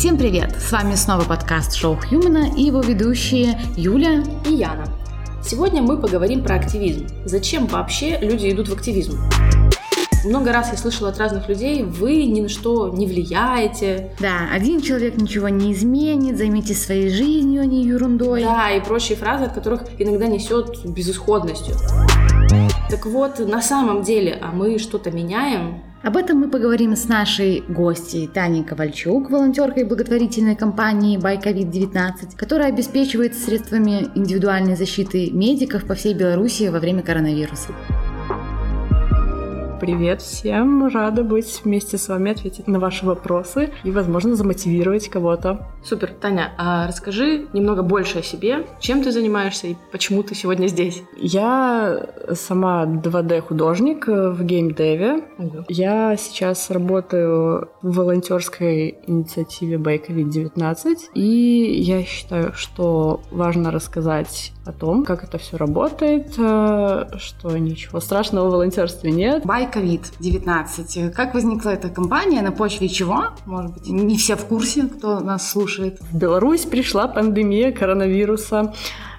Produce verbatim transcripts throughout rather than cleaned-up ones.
Всем привет! С вами снова подкаст Шоу Хьюмана и его ведущие Юля и Яна. Сегодня мы поговорим про активизм. Зачем вообще люди идут в активизм? Много раз я слышала от разных людей: вы ни на что не влияете. Да, один человек ничего не изменит, займитесь своей жизнью, а не ерундой. Да, и прочие фразы, от которых иногда несет безысходностью. Так вот, на самом деле, а мы что-то меняем? Об этом мы поговорим с нашей гостьей Таней Ковальчук, волонтеркой благотворительной компании Buy ковид девятнадцать, которая обеспечивает средствами индивидуальной защиты медиков по всей Беларуси во время коронавируса. Привет всем! Рада быть вместе с вами, ответить на ваши вопросы и, возможно, замотивировать кого-то. Супер! Таня, а расскажи немного больше о себе. Чем ты занимаешься и почему ты сегодня здесь? Я сама два дэ-художник в геймдеве. Угу. Я сейчас работаю в волонтерской инициативе Buy ковид девятнадцать, и я считаю, что важно рассказать о том, как это все работает, что ничего страшного в волонтерстве нет. Buy ковид девятнадцать. Как возникла эта компания, на почве чего? Может быть, не все в курсе, кто нас слушает. В Беларусь пришла пандемия коронавируса.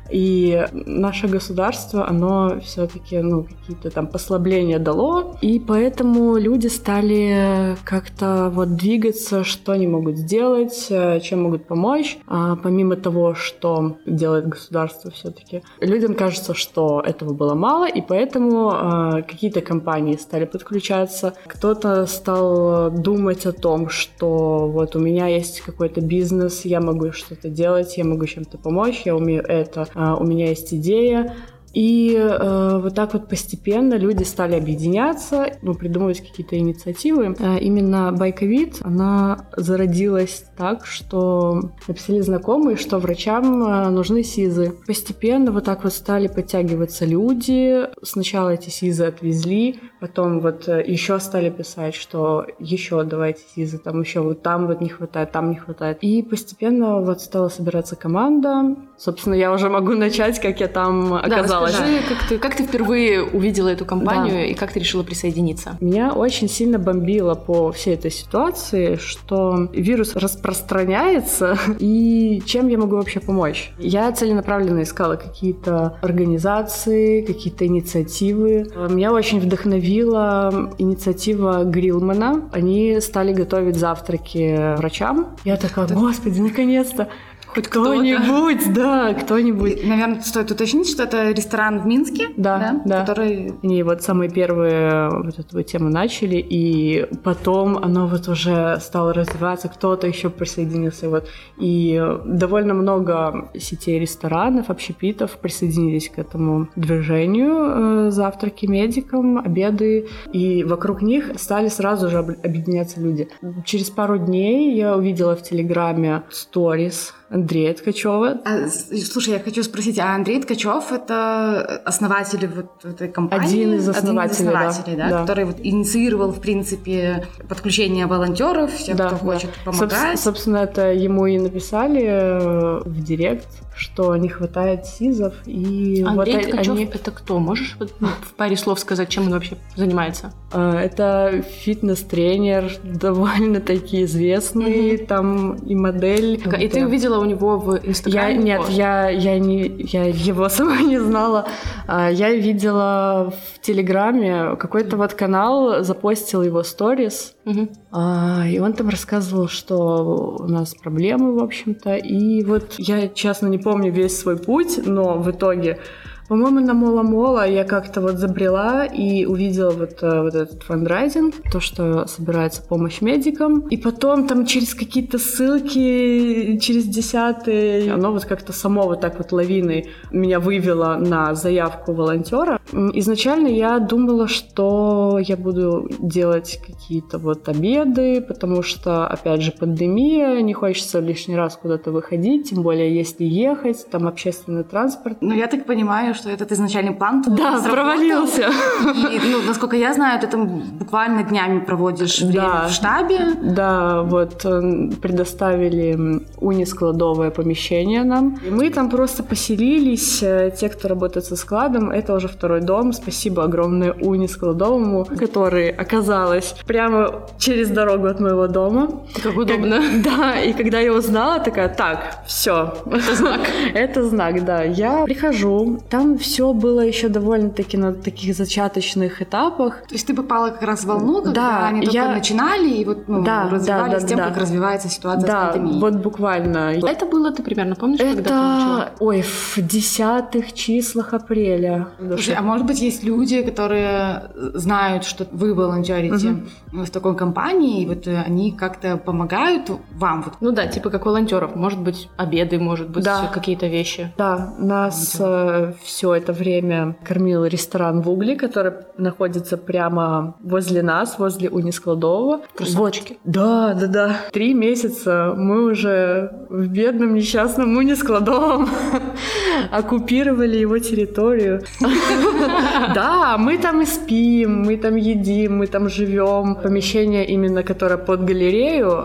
И наше государство, оно все-таки, ну, какие-то там послабления дало, и поэтому люди стали как-то вот двигаться, что они могут сделать, чем могут помочь, а помимо того, что делает государство все-таки. Людям кажется, что этого было мало, и поэтому а, какие-то компании стали подключаться, кто-то стал думать о том, что вот у меня есть какой-то бизнес, я могу что-то делать, я могу чем-то помочь, я умею это, у меня есть идея. И э, вот так вот постепенно люди стали объединяться, ну, придумывать какие-то инициативы. Э, именно Buy ковид, она зародилась так, что написали знакомые, что врачам э, нужны СИЗы. Постепенно вот так вот стали подтягиваться люди. Сначала эти СИЗы отвезли, потом вот э, еще стали писать, что еще давайте СИЗы, там еще вот там вот не хватает, там не хватает. И постепенно вот стала собираться команда. Собственно, я уже могу начать, как я там оказалась. Да, расскажи, как ты, как ты впервые увидела эту компанию, да, и как ты решила присоединиться? Меня очень сильно бомбило по всей этой ситуации, что вирус распространяется, и чем я могу вообще помочь? Я целенаправленно искала какие-то организации, какие-то инициативы. Меня очень вдохновила инициатива Грилмана. Они стали готовить завтраки врачам. Я такая: господи, наконец-то! Хоть кто-нибудь, кто-то. да, кто-нибудь. Наверное, стоит уточнить, что это ресторан в Минске, да, да, да. который... Они вот самые первые вот эту вот тему начали, и потом оно вот уже стало развиваться, кто-то еще присоединился, вот. И довольно много сетей ресторанов, общепитов присоединились к этому движению, завтраки медикам, обеды, и вокруг них стали сразу же объединяться люди. Через пару дней я увидела в Телеграме сторис Андрея Ткачева. А, слушай, я хочу спросить, а Андрей Ткачев — это основатель вот этой компании? Один из основателей, Один из основателей, да, да, да. Который вот инициировал, в принципе, подключение волонтеров, всех, да, кто да. хочет помогать. Соб- собственно, это ему и написали в директ, что не хватает СИЗов. И Андрей вот Ткачев они... — это кто? Можешь вот, ну, в паре слов сказать, чем он вообще занимается? Это фитнес-тренер, довольно-таки известный, mm-hmm. там и модель. И ты увидела у него в Инстаграме? Я, нет, я, я, не, я его сама не знала. Я видела в Телеграме какой-то вот канал, запостил его сторис, угу. и он там рассказывал, что у нас проблемы, в общем-то. И вот я, честно, не помню весь свой путь, но в итоге... По-моему, на Мола-Мола я как-то вот забрела и увидела вот, вот этот фандрайзинг, то, что собирается помощь медикам. И потом там через какие-то ссылки, через десятые, оно вот как-то само вот так вот лавиной меня вывело на заявку волонтера. Изначально я думала, что я буду делать какие-то вот обеды, потому что, опять же, пандемия, не хочется лишний раз куда-то выходить, тем более если ехать, там общественный транспорт. Но я так понимаю, что этот изначальный план да, провалился. И, ну, насколько я знаю, ты там буквально днями проводишь время да, в штабе. Да, вот предоставили уни-складовое помещение нам. И мы там просто поселились. Те, кто работает со складом, это уже второй дом. Спасибо огромное уни-складовому, который оказалось прямо через дорогу от моего дома. Как удобно. Как, да, и когда я узнала, такая, так, все. Это знак. Это знак, да. Я прихожу, там все было еще довольно-таки на таких зачаточных этапах. То есть ты попала как раз в волну, когда да, они только я... начинали и вот ну, да, развивались да, да, тем, да. как развивается ситуация да, с пандемией. Вот буквально. Это было, ты примерно помнишь, это... когда ты начала? Ой, в десятых числах апреля. Слушай, а может быть есть люди, которые знают, что вы волонтерите угу. в такой компании, и вот они как-то помогают вам? Вот. Ну да, типа как волонтеров. Может быть, обеды, может быть, да. какие-то вещи. Да, нас э, все это время кормил ресторан в Угле, который находится прямо возле нас, возле уни-складового. Красавчики. Вот. Да, да, да. Три месяца мы уже в бедном несчастном уни-складовом оккупировали его территорию. Да, мы там и спим, мы там едим, мы там живем. Помещение именно, которое под галерею,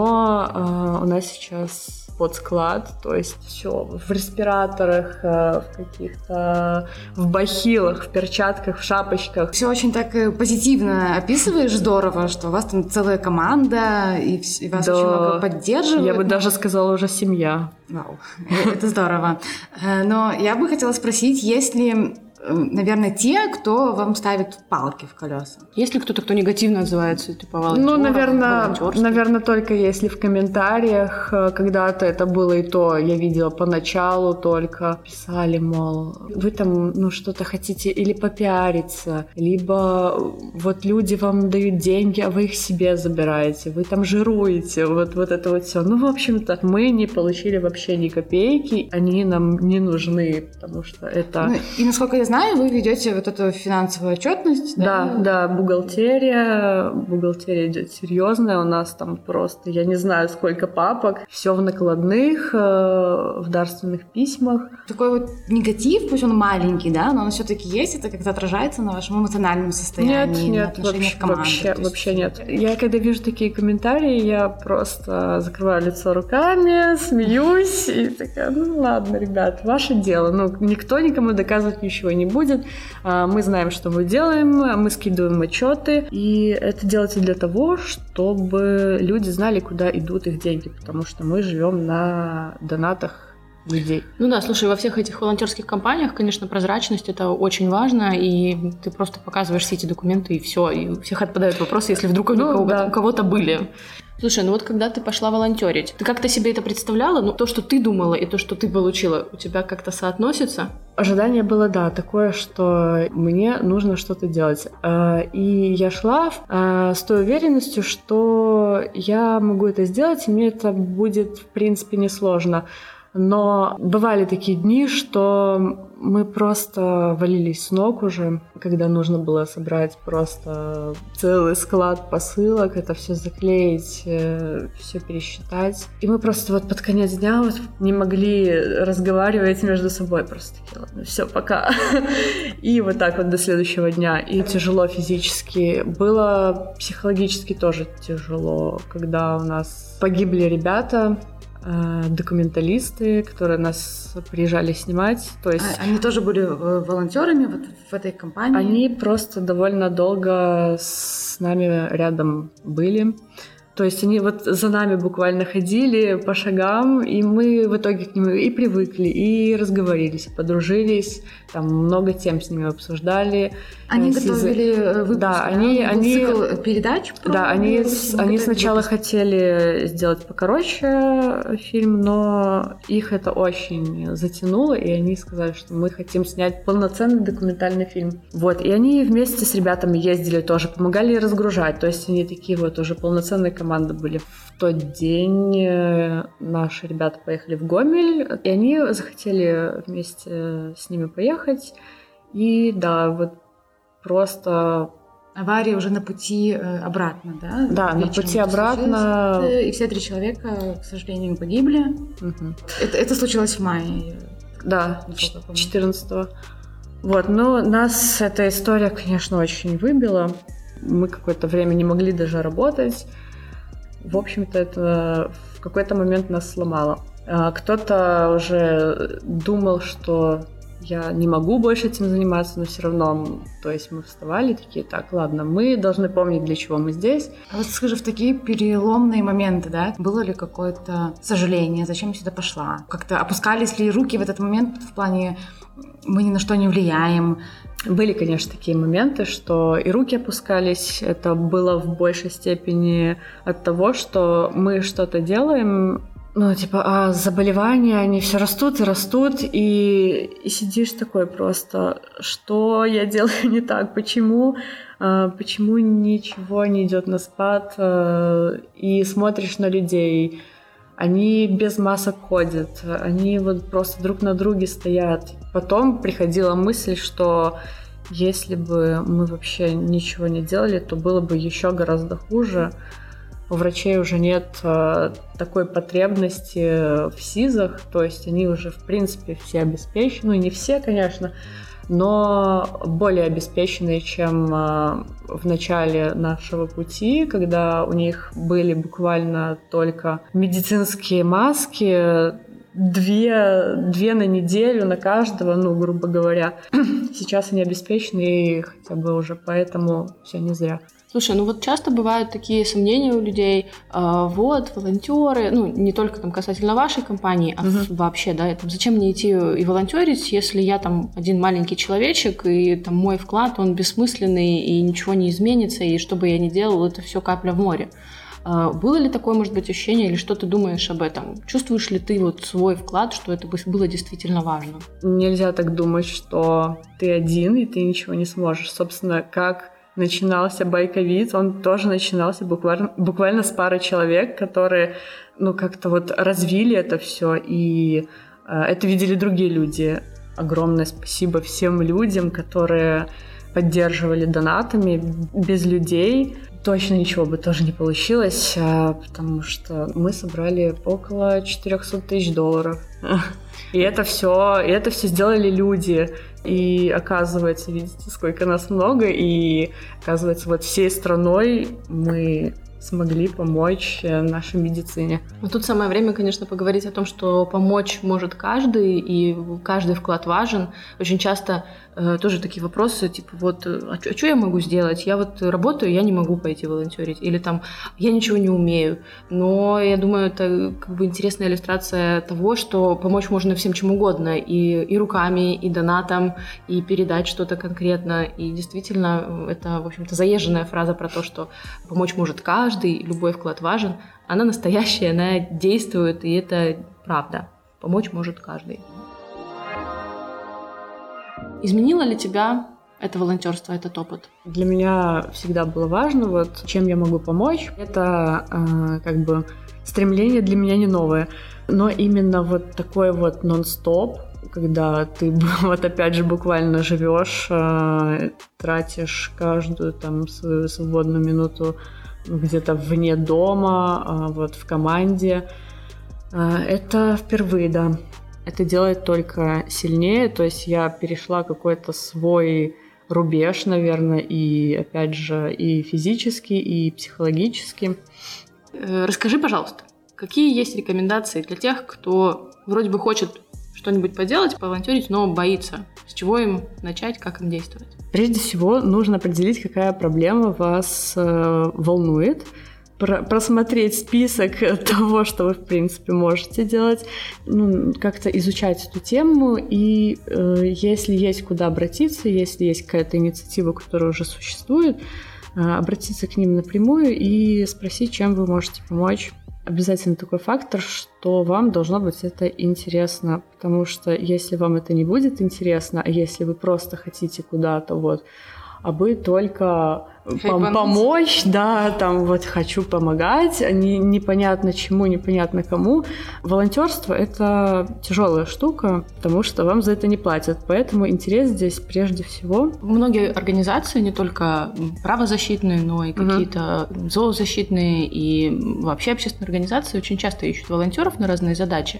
оно у нас сейчас под склад, то есть все в респираторах, в каких-то, в бахилах, в перчатках, в шапочках. Все очень так позитивно описываешь, здорово, что у вас там целая команда, и, и вас да. очень много поддерживают. Я бы даже сказала, уже семья. Вау, это здорово. Но я бы хотела спросить, есть ли наверное, те, кто вам ставит палки в колеса. Есть ли кто-то, кто негативно отзывается, типа волонтеров? Ну, наверное, наверное, только если в комментариях когда-то это было и то, я видела поначалу только, писали, мол, вы там, ну, что-то хотите или попиариться, либо вот люди вам дают деньги, а вы их себе забираете, вы там жируете, вот, вот это вот все. Ну, в общем-то, мы не получили вообще ни копейки, они нам не нужны, потому что это... Ну, и насколько я знаю, вы ведете вот эту финансовую отчетность, да? Да, да, бухгалтерия, бухгалтерия идет серьезная, у нас там просто, я не знаю, сколько папок, все в накладных, в дарственных письмах. Такой вот негатив, пусть он маленький, да, но он все-таки есть, это как-то отражается на вашем эмоциональном состоянии, нет, на отношениях нет, команды. Вообще, есть... вообще нет. Я когда вижу такие комментарии, я просто закрываю лицо руками, смеюсь и такая, ну ладно, ребят, ваше дело, ну никто никому доказывать ничего не будет. Мы знаем, что мы делаем, мы скидываем отчеты, и это делается для того, чтобы люди знали, куда идут их деньги, потому что мы живем на донатах людей. Ну да, слушай, во всех этих волонтерских компаниях, конечно, прозрачность — это очень важно, и ты просто показываешь все эти документы, и все, и у всех отпадают вопросы, если вдруг они ну, у, да. у кого-то были. Слушай, ну вот когда ты пошла волонтерить, ты как-то себе это представляла? Ну, то, что ты думала, и то, что ты получила, у тебя как-то соотносится? Ожидание было, да, такое, что мне нужно что-то делать. И я шла с той уверенностью, что я могу это сделать, и мне это будет, в принципе, несложно. Но бывали такие дни, что мы просто валились с ног уже, когда нужно было собрать просто целый склад посылок, это все заклеить, все пересчитать. И мы просто вот под конец дня вот не могли разговаривать между собой, просто такие, ладно, все, пока. И вот так вот до следующего дня. И тяжело физически. Было психологически тоже тяжело, когда у нас погибли ребята, документалисты, которые нас приезжали снимать. То есть а, они тоже были волонтерами вот в этой компании? Они просто довольно долго с нами рядом были. То есть они вот за нами буквально ходили по шагам, и мы в итоге к ним и привыкли, и разговорились, подружились, там много тем с ними обсуждали. Они Сизы... готовили выпуск, да, они, да? они... цикл передач? Да, они, они сначала выпуск. хотели сделать покороче фильм, но их это очень затянуло, и они сказали, что мы хотим снять полноценный документальный фильм. Вот, и они вместе с ребятами ездили тоже, помогали разгружать, то есть они такие вот уже полноценные команды были. В тот день наши ребята поехали в Гомель, и они захотели вместе с ними поехать, и да, вот просто... Авария уже на пути обратно, да? Да, вечером на пути обратно. И все три человека, к сожалению, погибли. Угу. Это, это случилось в мае. Да, четырнадцатого. Вот, но нас эта история, конечно, очень выбила. Мы какое-то время не могли даже работать. В общем-то, это в какой-то момент нас сломало. Кто-то уже думал, что я не могу больше этим заниматься, но все равно, то есть мы вставали такие, так, ладно, мы должны помнить, для чего мы здесь. А вот скажи, в такие переломные моменты, да, было ли какое-то сожаление, зачем я сюда пошла? Как-то опускались ли руки в этот момент в плане мы ни на что не влияем? Были, конечно, такие моменты, что и руки опускались. Это было в большей степени от того, что мы что-то делаем, ну, типа, а заболевания, они все растут и растут, и, и сидишь такой просто, что я делаю не так, почему, а, почему ничего не идет на спад, а, и смотришь на людей, они без масок ходят, они вот просто друг на друге стоят. Потом приходила мысль, что если бы мы вообще ничего не делали, то было бы еще гораздо хуже. У врачей уже нет э, такой потребности в СИЗах, то есть они уже, в принципе, все обеспечены. Ну, не все, конечно, но более обеспеченные, чем э, в начале нашего пути, когда у них были буквально только медицинские маски, две, две на неделю на каждого, ну, грубо говоря. Сейчас они обеспечены, и хотя бы уже поэтому все не зря. Слушай, ну вот часто бывают такие сомнения у людей, э, вот, волонтеры, ну, не только там касательно вашей компании, а uh-huh. вообще, да, там, зачем мне идти и волонтерить, если я там один маленький человечек, и там мой вклад, он бессмысленный, и ничего не изменится, и что бы я ни делал, это все капля в море. Э, было ли такое, может быть, ощущение, или что ты думаешь об этом? Чувствуешь ли ты вот свой вклад, что это было действительно важно? Нельзя так думать, что ты один, и ты ничего не сможешь. Собственно, как начинался Байковид, он тоже начинался буквально, буквально с пары человек, которые, ну, как-то вот развили это все, и э, это видели другие люди. Огромное спасибо всем людям, которые поддерживали донатами. Без людей точно ничего бы тоже не получилось, э, потому что мы собрали около четыреста тысяч долларов. И это все, и это все сделали люди. И оказывается, видите, сколько нас много, и оказывается, вот всей страной мы смогли помочь нашей медицине. Но тут самое время, конечно, поговорить о том, что помочь может каждый, и каждый вклад важен. Очень часто э, тоже такие вопросы, типа, вот, а что я могу сделать? Я вот работаю, я не могу пойти волонтерить. Или там, я ничего не умею. Но я думаю, это как бы интересная иллюстрация того, что помочь можно всем чем угодно. И, и руками, и донатом, и передать что-то конкретно. И действительно, это, в общем-то, заезженная фраза про то, что помочь может каждый, любой вклад важен, она настоящая, она действует, и это правда. Помочь может каждый. Изменило ли тебя это волонтерство, этот опыт? Для меня всегда было важно, вот чем я могу помочь. Это э, как бы стремление для меня не новое, но именно вот такой вот нон-стоп, когда ты вот опять же буквально живешь, э, тратишь каждую там свою свободную минуту где-то вне дома, вот в команде. Это впервые, да. Это делает только сильнее, то есть я перешла какой-то свой рубеж, наверное, и опять же и физически, и психологически. Расскажи, пожалуйста, какие есть рекомендации для тех, кто вроде бы хочет что-нибудь поделать, поволонтерить, но боится? С чего им начать, как им действовать? Прежде всего, нужно определить, какая проблема вас э, волнует, про- просмотреть список того, что вы, в принципе, можете делать, ну, как-то изучать эту тему, и э, если есть куда обратиться, если есть какая-то инициатива, которая уже существует, э, обратиться к ним напрямую и спросить, чем вы можете помочь. Обязательно такой фактор, что вам должно быть это интересно, потому что если вам это не будет интересно, а если вы просто хотите куда-то вот, а вы только пом- помочь, да, там вот хочу помогать, не, непонятно чему, непонятно кому. Волонтерство — это тяжелая штука, потому что вам за это не платят, поэтому интерес здесь прежде всего. Многие организации, не только правозащитные, но и какие-то угу. зоозащитные и вообще общественные организации очень часто ищут волонтеров на разные задачи,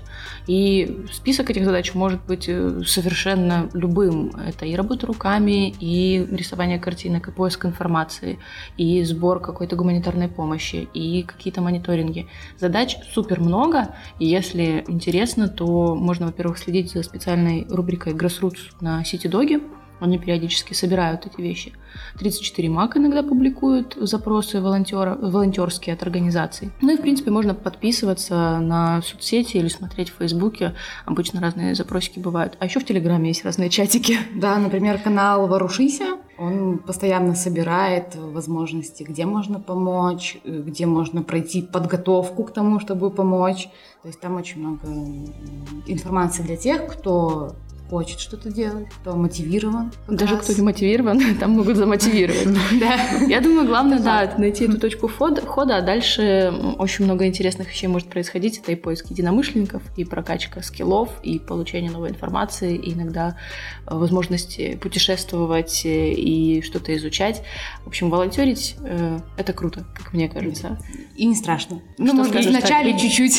и список этих задач может быть совершенно любым. Это и работа руками, и рисование картинок, и поиск информации, и сбор какой-то гуманитарной помощи, и какие-то мониторинги. Задач супер много, и если интересно, то можно, во-первых, следить за специальной рубрикой Grassroots на CityDog. Они периодически собирают эти вещи. тридцать четыре мак иногда публикуют запросы волонтера, волонтерские от организаций. Ну и, в принципе, можно подписываться на соцсети или смотреть в Фейсбуке. Обычно разные запросики бывают. А еще в Телеграме есть разные чатики. Да, например, канал «Ворушися». Он постоянно собирает возможности, где можно помочь, где можно пройти подготовку к тому, чтобы помочь. То есть там очень много информации для тех, кто хочет что-то делать, кто мотивирован. Даже кто не мотивирован, там могут замотивировать. Я думаю, главное, да, найти эту точку входа, а дальше очень много интересных вещей может происходить. Это и поиск единомышленников, и прокачка скиллов, и получение новой информации, и иногда возможность путешествовать и что-то изучать. В общем, волонтерить — это круто, как мне кажется. И не страшно. Ну, может быть, вначале чуть-чуть.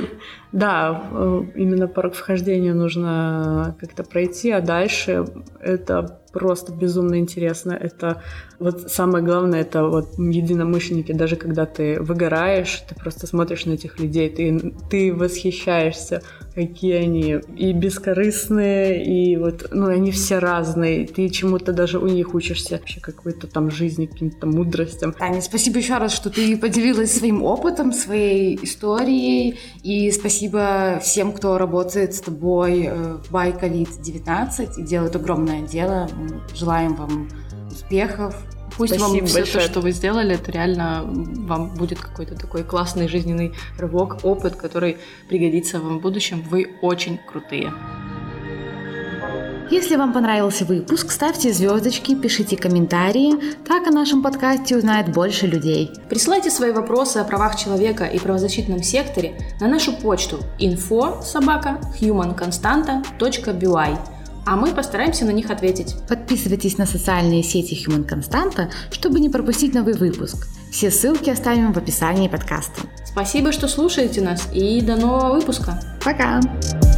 Да, именно порог вхождения нужно как-то пройти, а дальше это просто безумно интересно. Это вот самое главное, это вот единомышленники. Даже когда ты выгораешь, ты просто смотришь на этих людей, ты, ты восхищаешься, какие они и бескорыстные, и вот, ну, они все разные. Ты чему-то даже у них учишься, вообще какой-то там жизни, каким-то мудростям. Таня, спасибо еще раз, что ты поделилась своим опытом, своей историей, и спасибо всем, кто работает с тобой в байковид девятнадцать и делает огромное дело. Желаем вам успехов. Пусть Спасибо вам все большое. То, что вы сделали, это реально вам будет какой-то такой классный жизненный рывок, опыт, который пригодится вам в будущем. Вы очень крутые. Если вам понравился выпуск, ставьте звездочки, пишите комментарии, так о нашем подкасте узнает больше людей. Присылайте свои вопросы о правах человека и правозащитном секторе на нашу почту инфо собака humanconstanta точка би уай. А мы постараемся на них ответить. Подписывайтесь на социальные сети Human Constanta, чтобы не пропустить новый выпуск. Все ссылки оставим в описании подкаста. Спасибо, что слушаете нас, и до нового выпуска. Пока!